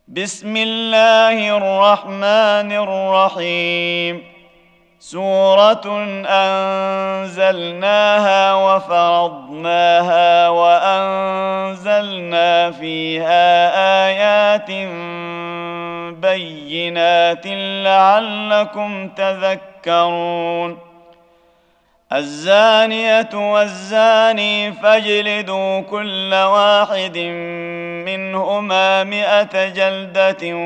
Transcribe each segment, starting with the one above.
بسم الله الرحمن الرحيم. سورة أنزلناها وفرضناها وأنزلنا فيها آيات بينات لعلكم تذكرون. الزانية والزاني فاجلدوا كل واحد منهما 100 جلدة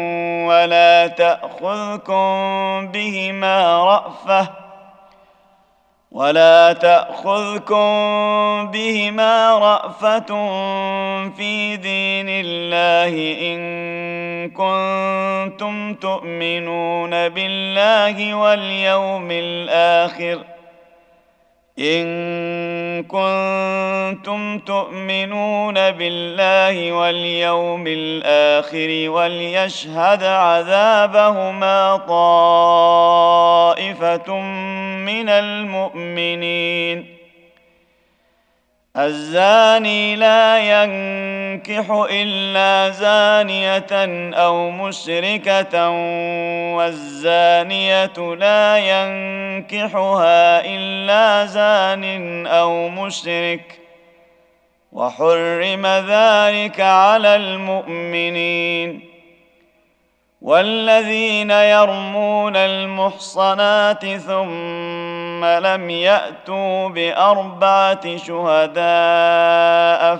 ولا تأخذكم بهما رأفة في دين الله إن كنتم تؤمنون بالله واليوم الآخر وليشهد عذابهما طائفة من المؤمنين. الزاني لا ينكح إلا زانية أو مشركة والزانية لا ينكحها إلا زان أو مشرك وحرم ذلك على المؤمنين. والذين يرمون المحصنات ثم لم يأتوا ب4 شهداء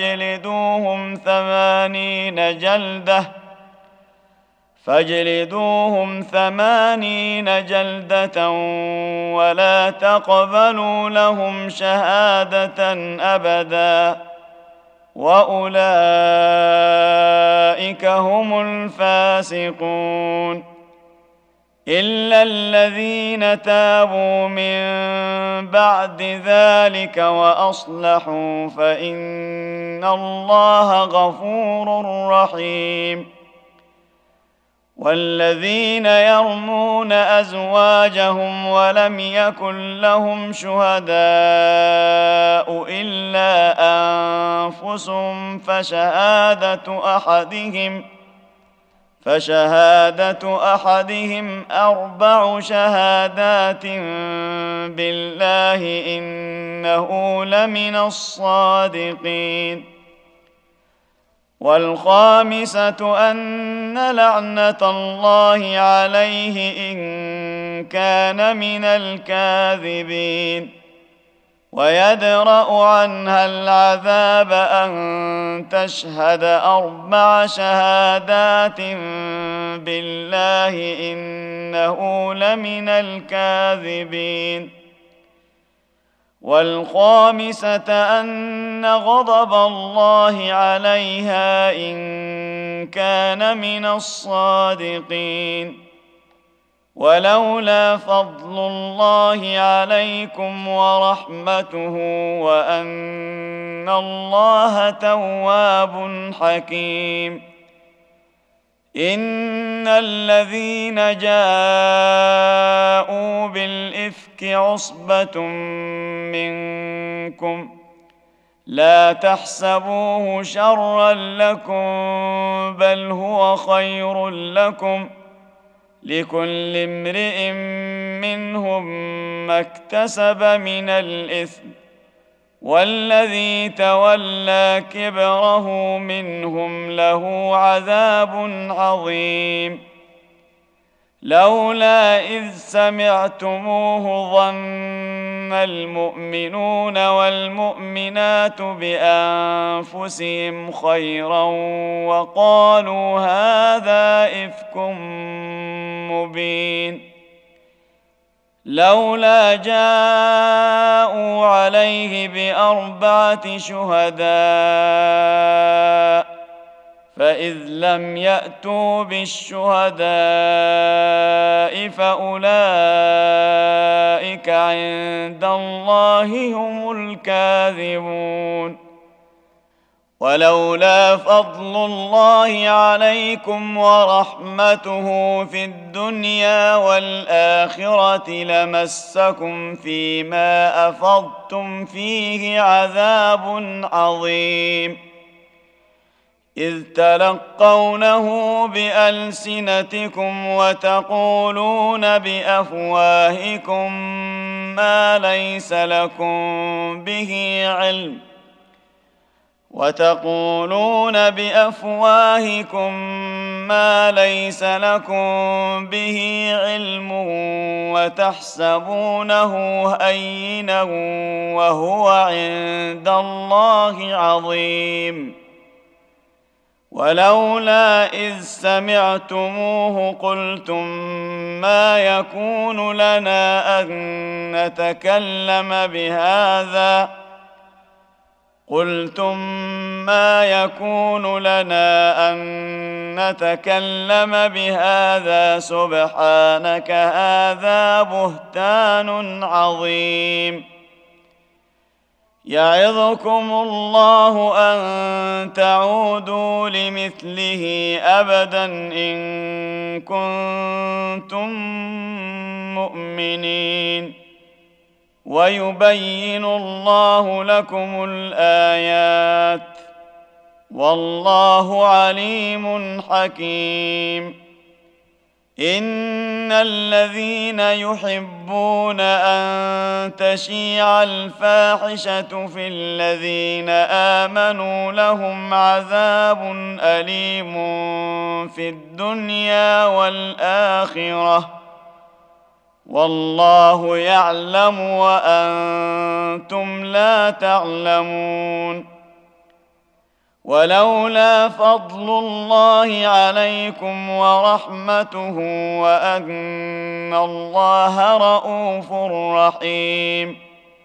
فاجلدوهم 80 جلدة ولا تقبلوا لهم شهادة أبدا وأولئك هم الفاسقون. إلا الذين تابوا من بعد ذلك وأصلحوا فإن الله غفور رحيم. والذين يرمون أزواجهم ولم يكن لهم شهداء إلا أنفسهم فشهادة أحدهم 4 شهادات بالله إنه لمن الصادقين. والخامسة أن لعنة الله عليه إن كان من الكاذبين. ويدرأ عنها العذاب أن تشهد 4 شهادات بالله إنه لمن الكاذبين. والخامسة أن غضب الله عليها إن كان من الصادقين. ولولا فضل الله عليكم ورحمته وأن الله تواب حكيم. إن الذين جاءوا بالإفك عصبة منكم لا تحسبوه شرا لكم بل هو خير لكم لكل امرئ منهم ما اكتسب من الإثم والذي تولى كبره منهم له عذاب عظيم. لولا إذ سمعتموه ظن المؤمنون والمؤمنات بأنفسهم خيرا وقالوا هذا إفك مبين. لولا جاءوا عليه ب4 شهداء فإذ لم يأتوا بالشهداء فأولئك عند الله هم الكاذبون. ولولا فضل الله عليكم ورحمته في الدنيا والآخرة لمسكم فيما أفضتم فيه عذاب عظيم. إذ تلقونه بألسنتكم وتقولون بأفواهكم ما ليس لكم به علم وتحسبونه هينا وهو عند الله عظيم. ولولا إذ سمعتموه قلتم ما يكون لنا أن نتكلم بهذا سبحانك هذا بهتان عظيم. يعظكم الله أن تعودوا لمثله أبدا إن كنتم مؤمنين. ويبين الله لكم الآيات والله عليم حكيم. إن الذين يحبون أن تشيع الفاحشة في الذين آمنوا لهم عذاب أليم في الدنيا والآخرة والله يعلم وأنتم لا تعلمون. ولولا فضل الله عليكم ورحمته وأن الله رءوف رحيم.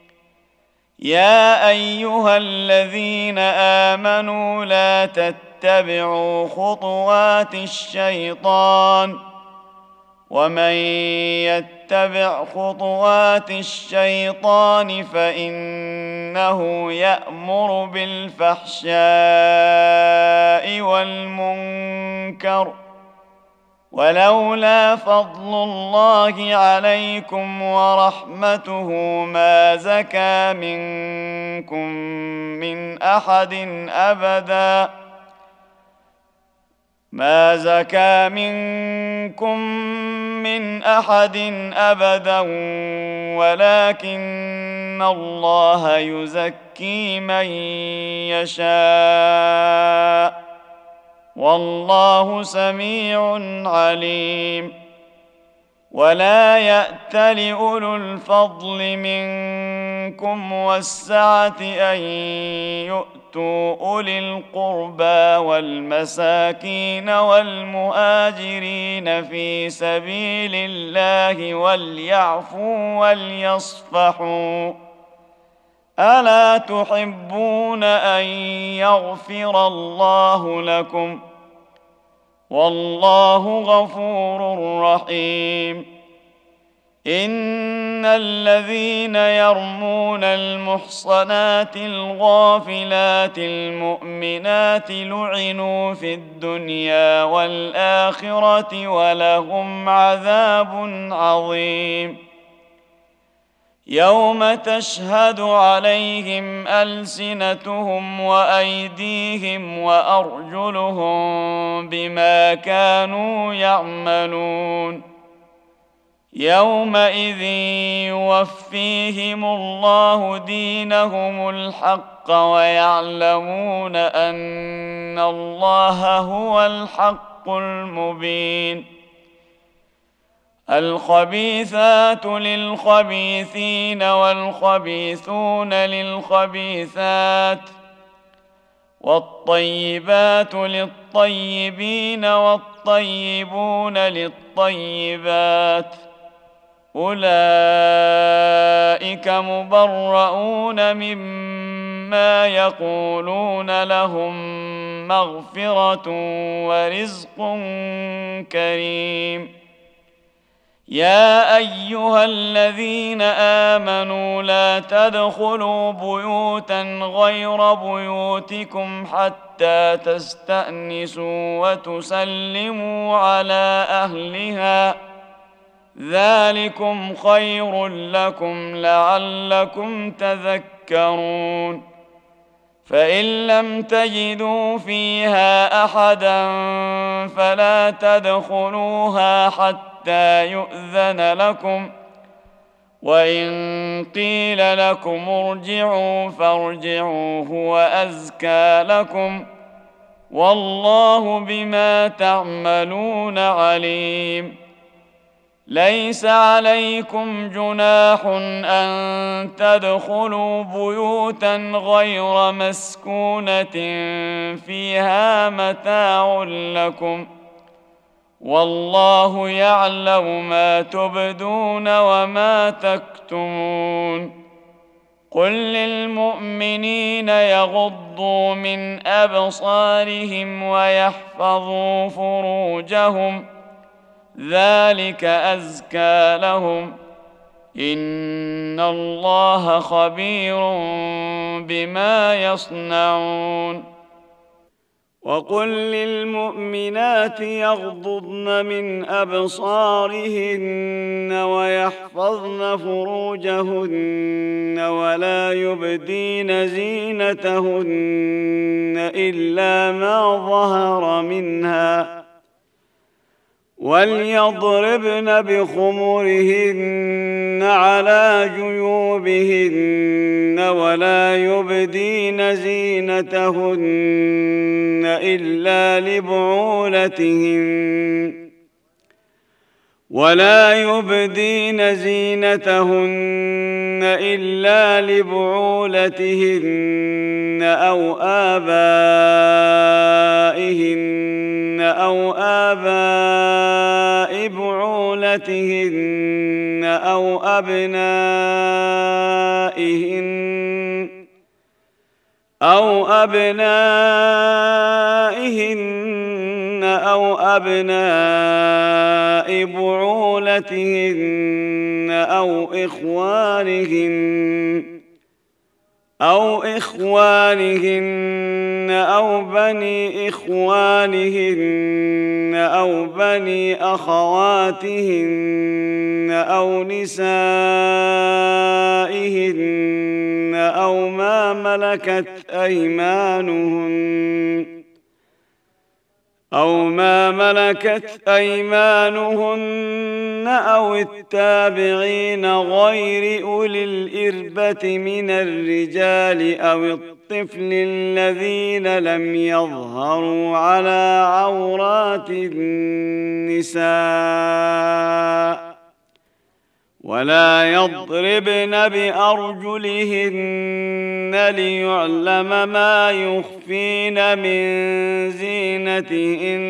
يا أيها الذين آمنوا لا تتبعوا خطوات الشيطان ومن يتبع خطوات الشيطان فإنه يأمر بالفحشاء والمنكر. ولولا فضل الله عليكم ورحمته ما زكى منكم من أحد أبدا ولكن الله يزكي من يشاء والله سميع عليم. ولا يأتل أولو الفضل منكم والسعة أن يؤتوا أولي القربى والمساكين والمهاجرين في سبيل الله وليعفوا وليصفحوا. ألا تحبون أن يغفر الله لكم والله غفور رحيم. إن الذين يرمون المحصنات الغافلات المؤمنات لعنوا في الدنيا والآخرة ولهم عذاب عظيم. يوم تشهد عليهم ألسنتهم وأيديهم وأرجلهم بما كانوا يعملون. يومئذ يوفيهم الله دينهم الحق ويعلمون أن الله هو الحق المبين. الخبيثات للخبيثين والخبيثون للخبيثات والطيبات للطيبين والطيبون للطيبات أولئك مبرؤون مما يقولون لهم مغفرة ورزق كريم. يا أيها الذين آمنوا لا تدخلوا بيوتا غير بيوتكم حتى تستأنسوا وتسلموا على أهلها ذلكم خير لكم لعلكم تذكرون. فإن لم تجدوا فيها أحدا فلا تدخلوها حتى يؤذن لكم، وإن قيل لكم ارجعوا فارجعوا هو أزكى لكم، والله بما تعملون عليم. ليس عليكم جناح أن تدخلوا بيوتا غير مسكونة فيها متاع لكم، والله يعلم ما تبدون وما تكتمون. قل للمؤمنين يغضوا من أبصارهم ويحفظوا فروجهم، ذلك أزكى لهم، إن الله خبير بما يصنعون. وقل للمؤمنات يغضضن من أبصارهن ويحفظن فروجهن ولا يبدين زينتهن إلا ما ظهر منها، وليضربن بخمرهن على جيوبهن ولا يبدين زينتهن إلا لبعولتهن أو آبائهن أو آباء بعولتهن أو أبنائهن بعولتهن أو إخوانهن أو بني إخوانهن أو بني أخواتهن أو نسائهن أو ما ملكت أيمانهن أو التابعين غير أولي الإربة من الرجال أو الطفل الذين لم يظهروا على عورات النساء، ولا يضربن بأرجلهن ليعلم ما يخفين من زينتهن،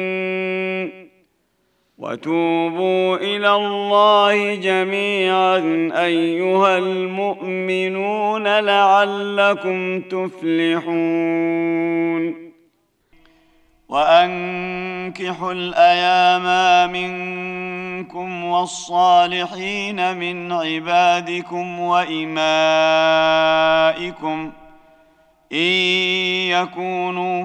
وتوبوا إلى الله جميعا أيها المؤمنون لعلكم تفلحون. وأنكحوا الأيام منكم والصالحين من عبادكم وإمائكم إن يكونوا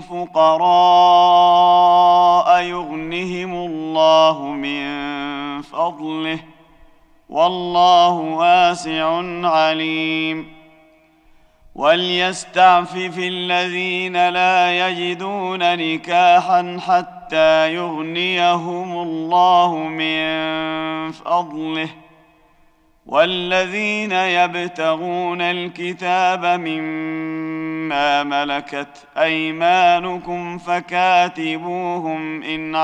فقراء يغنهم الله من فضله، والله واسع عليم. وليستعفف الذين لا يجدون نكاحا حتى يغنيهم الله من فضله، والذين يبتغون الكتاب مما ملكت أيمانكم فكاتبوهم إن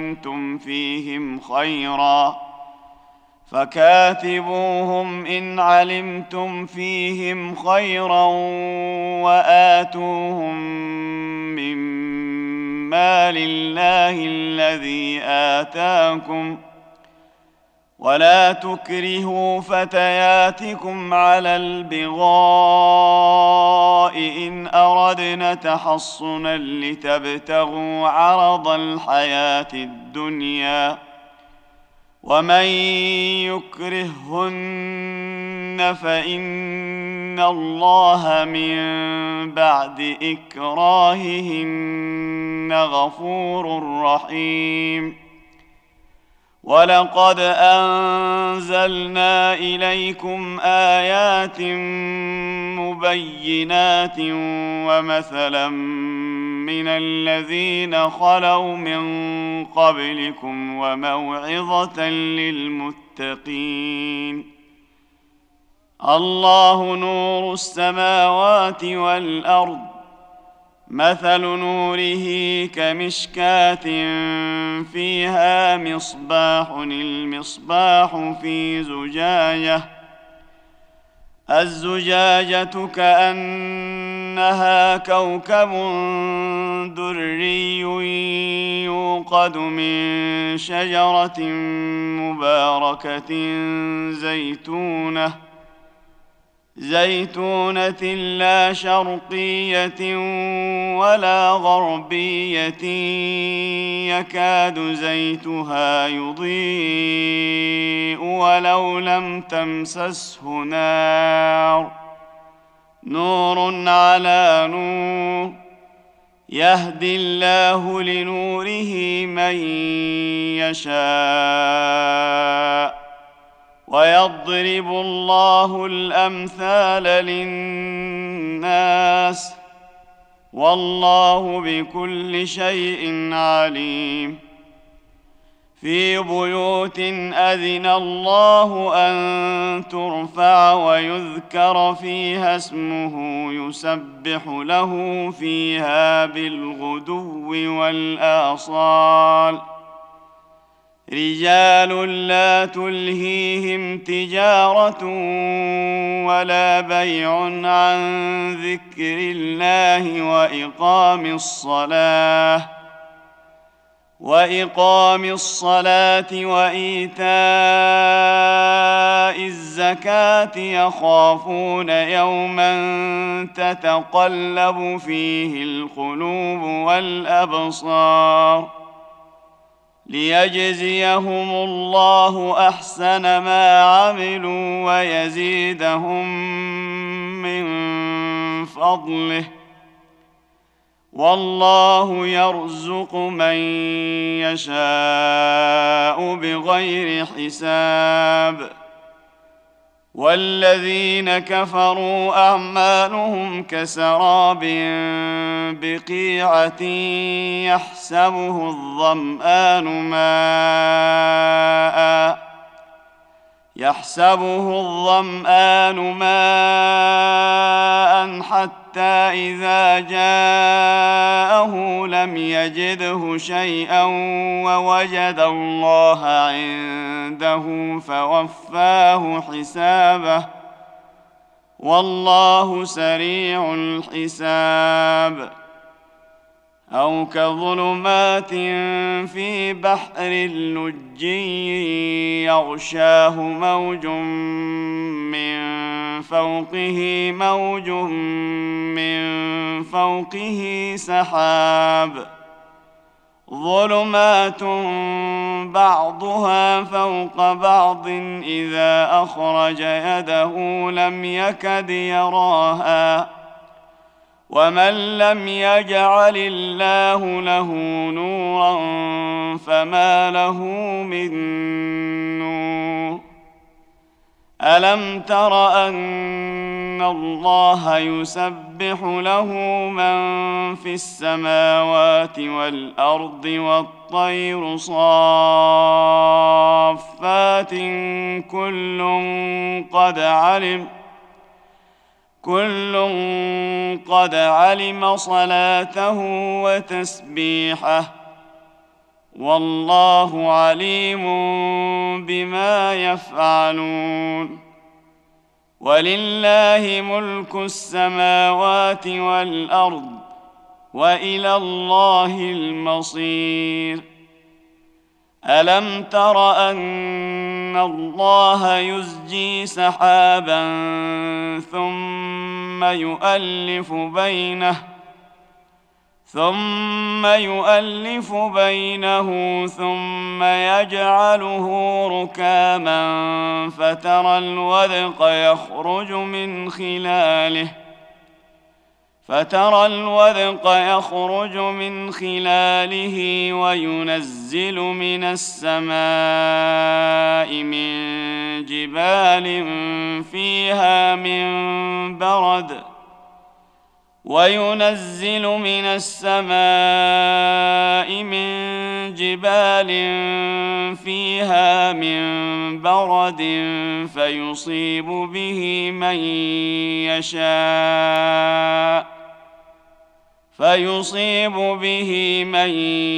علمتم فيهم خيرا وآتوهم من مال الله الذي آتاكم، ولا تكرهوا فتياتكم على البغاء إن أردنا تحصنا لتبتغوا عرض الحياة الدنيا، ومن يكرههن فإن الله من بعد إكراههن غفور رحيم. ولقد أنزلنا إليكم آيات مبينات ومثلا من الذين خلوا من قبلكم وموعظة للمتقين. الله نور السماوات والأرض، مثل نوره كمشكاة فيها مصباح، المصباح في زجاجة، الزجاجة كأنها كوكب دري يوقد من شجرة مباركة زيتونة لا شرقية ولا غربية يكاد زيتها يضيء ولو لم تمسسه نار، نور على نور، يهدي الله لنوره من يشاء، ويضرب الله الأمثال للناس، والله بكل شيء عليم. في بيوت أذن الله أن ترفع ويذكر فيها اسمه يسبح له فيها بالغدو والآصال، رجال لا تلهيهم تجارة ولا بيع عن ذكر الله وإقام الصلاة وإيتاء الزكاة، يخافون يوما تتقلب فيه القلوب والأبصار، ليجزيهم الله أحسن ما عملوا ويزيدهم من فضله، والله يرزق من يشاء بغير حساب. والذين كفروا أعمالهم كسراب بقيعة يحسبه الظمآن ماء حتى إذا جاءه لم يجده شيئا ووجد الله عنده فوفاه حسابه، والله سريع الحساب. أو كظلمات في بحر لجي يغشاه موج من فوقه سحاب، ظلمات بعضها فوق بعض إذا أخرج يده لم يكد يراها، ومن لم يجعل الله له نورا فما له من نور. ألم تر أن الله يسبح له من في السماوات والأرض والطير صافات كل قد علم صلاته وتسبيحه، والله عليم بما يفعلون. ولله ملك السماوات والأرض وإلى الله المصير. ألم تر أن الله يزجي سحابا ثم يؤلف بينه ثم يجعله ركاما فترى الودق يخرج من خلاله فترى الودق يخرج من خلاله وينزل من السماء من جبال فيها من برد فيصيب به من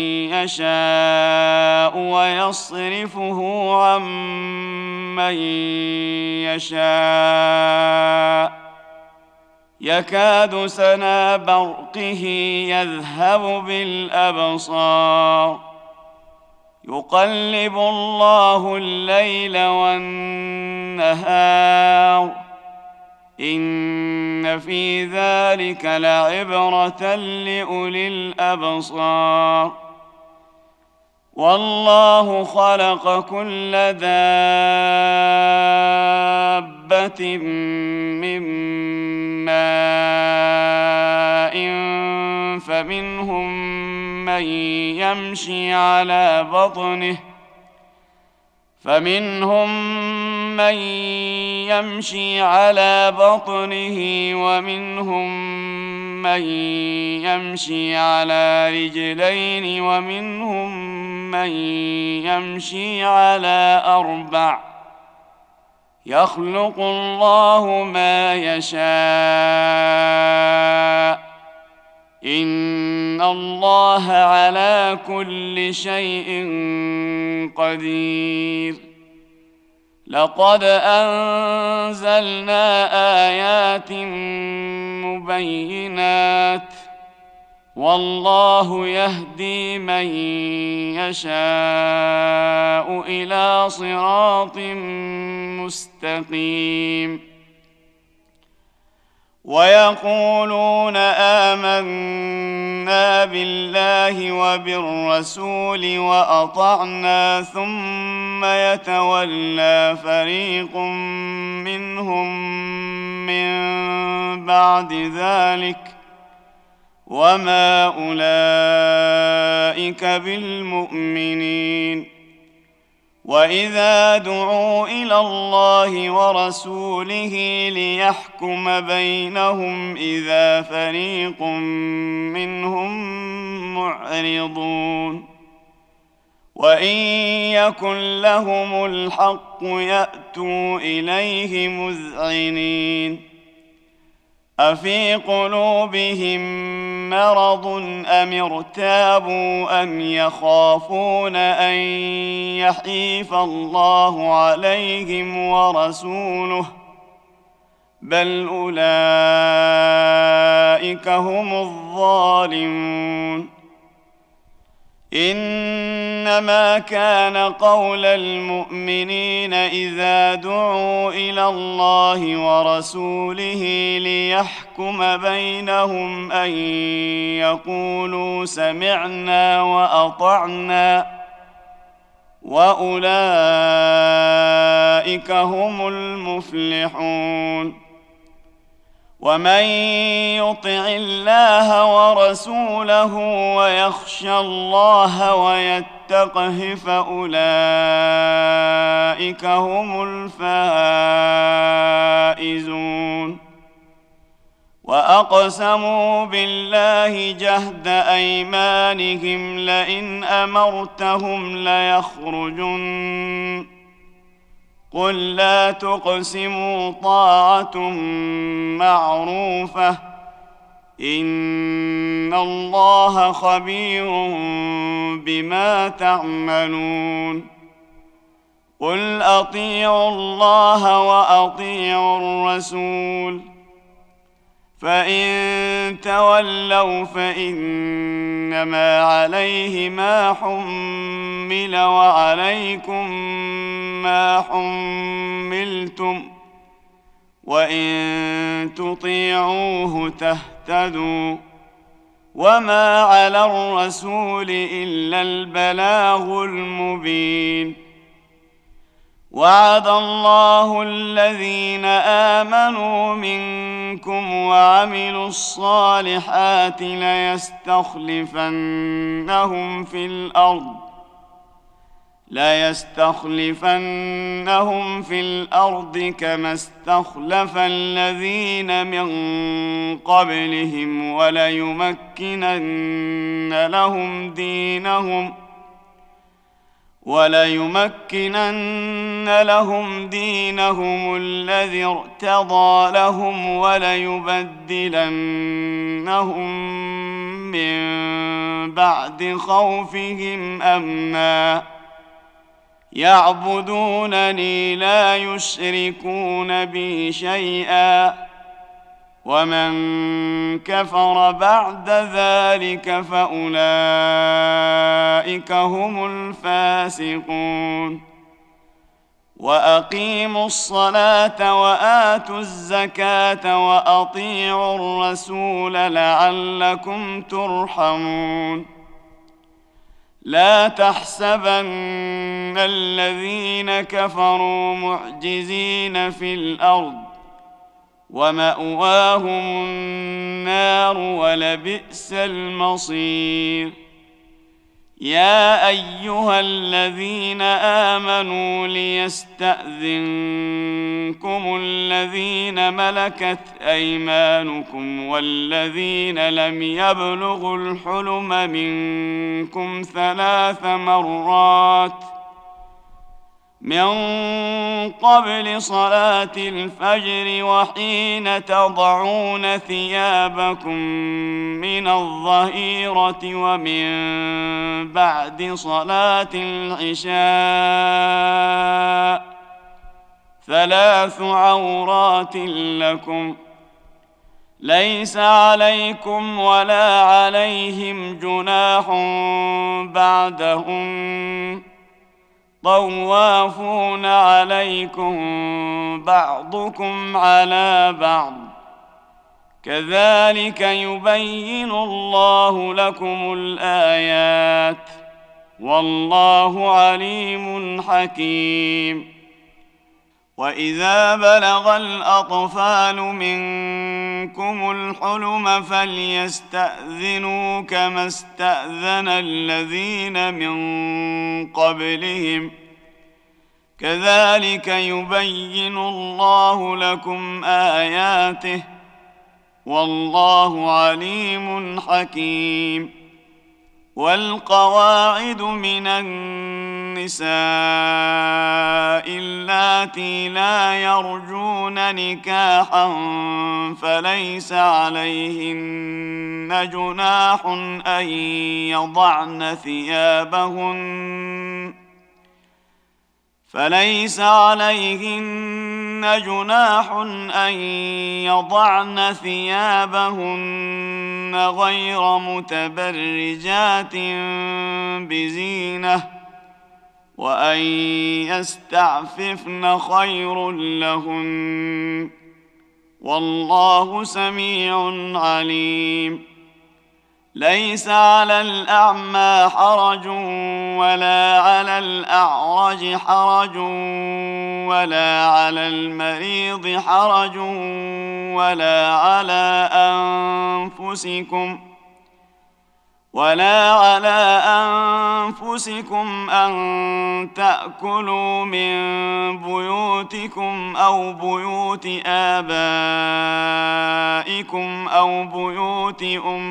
يشاء ويصرفه عن من يشاء يكاد سنا برقه يذهب بالأبصار يقلب الله الليل والنهار إن في ذلك لعبرة لأولي الأبصار والله خلق كل دابة من ماء فمنهم من يمشي على بطنه ومنهم من يمشي على رجلين ومنهم من يمشي على أربع يخلق الله ما يشاء إن الله على كل شيء قدير لقد أنزلنا آيات مبينات والله يهدي من يشاء إلى صراط مستقيم ويقولون آمنا بالله وبالرسول وأطعنا ثم يتولى فريق منهم من بعد ذلك وما أولئك بالمؤمنين وإذا دعوا إلى الله ورسوله ليحكم بينهم إذا فريق منهم معرضون وإن يكن لهم الحق يأتوا إليه مذعنين أفي قلوبهم مرض أم ارتابوا أم يخافون أن يحيف الله عليهم ورسوله بل أولئك هم الظالمون إنما كان قول المؤمنين إذا دعوا إلى الله ورسوله ليحكم بينهم أن يقولوا سمعنا وأطعنا وأولئك هم المفلحون ومن يطع الله ورسوله ويخشى الله ويتقه فأولئك هم الفائزون وأقسموا بالله جهد أيمانهم لئن أمرتهم ليخرجن قل لا تقسموا طاعة معروفة إن الله خبير بما تعملون قل أطيعوا الله وأطيعوا الرسول فإن تولوا فإنما عليه ما حمل وعليكم ما حملتم وإن تطيعوه تهتدوا وما على الرسول إلا البلاغ المبين وعد الله الذين آمنوا منكم وعملوا الصالحات ليستخلفنهم في الأرض كما استخلف الذين من قبلهم وليمكنن لهم دينهم الذي ارتضى لهم وليبدلنهم من بعد خوفهم أمنا يعبدونني لا يشركون بي شيئا ومن كفر بعد ذلك فأولئك هم الفاسقون وأقيموا الصلاة وآتوا الزكاة وأطيعوا الرسول لعلكم ترحمون لا تحسبن الذين كفروا معجزين في الأرض ومأواهم النار ولبئس المصير يا أيها الذين آمنوا ليستأذنكم الذين ملكت أيمانكم والذين لم يبلغوا الحلم منكم 3 مرات من قبل صلاة الفجر وحين تضعون ثيابكم من الظهيرة ومن بعد صلاة العشاء 3 عورات لكم ليس عليكم ولا عليهم جناح بعدهم طوافون عليكم بعضكم على بعض كذلك يبين الله لكم الآيات والله عليم حكيم وإذا بلغ الأطفال منكم الحلم فليستأذنوا كما استأذن الذين من قبلهم كذلك يبين الله لكم آياته والله عليم حكيم والقواعد من النساء اللاتي لا يرجون نكاحا فليس عليهن جناح أن يضعن ثيابهن غير متبرجات بزينة وأن يستعففن خير لهن والله سميع عليم ليس على الأعمى حرج ولا على الأعرج حرج ولا على المريض حرج ولا على أنفسكم أن تأكلوا من بيوتكم أو بيوت آبائكم أو بيوت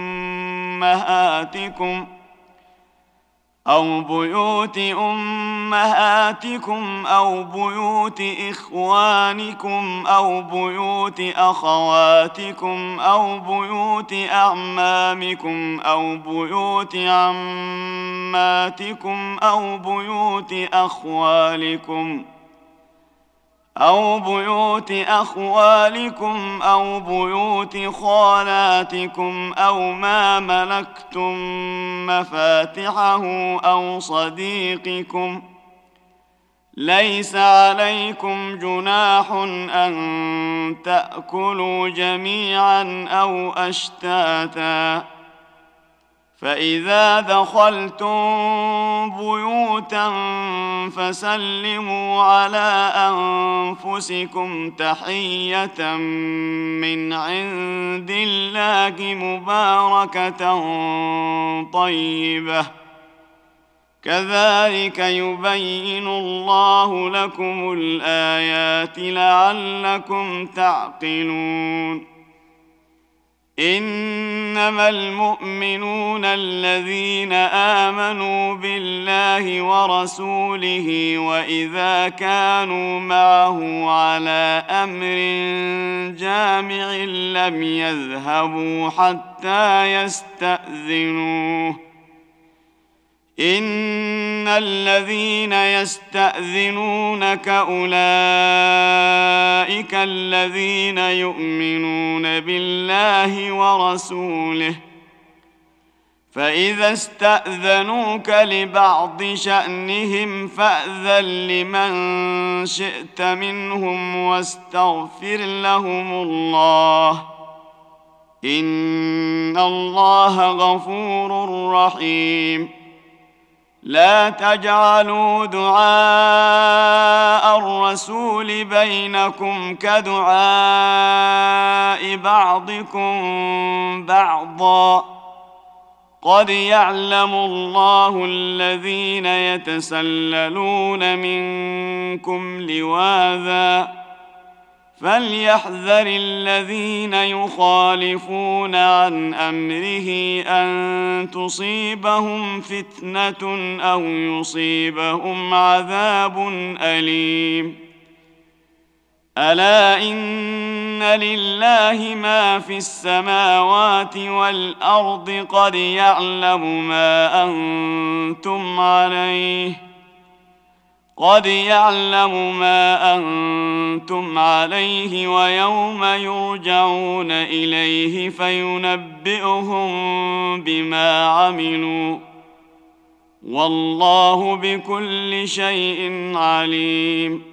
أمهاتكم أو بيوت إخوانكم أو بيوت أخواتكم أو بيوت أعمامكم أو بيوت عماتكم أو بيوت أخوالكم أو بيوت خالاتكم أو ما ملكتم مفاتحه أو صديقكم ليس عليكم جناح أن تأكلوا جميعا أو أشتاتا فإذا دخلتم بيوتا فسلموا على أنفسكم تحية من عند الله مباركة طيبة كذلك يبين الله لكم الآيات لعلكم تعقلون إنما المؤمنون الذين آمنوا بالله ورسوله وإذا كانوا معه على أمر جامع لم يذهبوا حتى يستأذنوه إن الذين يستأذنونك أولئك الذين يؤمنون بالله ورسوله فإذا استأذنوك لبعض شأنهم فأذن لمن شئت منهم واستغفر لهم الله إن الله غفور رحيم لا تجعلوا دعاء الرسول بينكم كدعاء بعضكم بعضا قد يعلم الله الذين يتسللون منكم لواذا فليحذر الذين يخالفون عن أمره أن تصيبهم فتنة أو يصيبهم عذاب أليم ألا إن لله ما في السماوات والأرض قد يعلم ما أنتم عليه ويوم يرجعون إليه فينبئهم بما عملوا والله بكل شيء عليم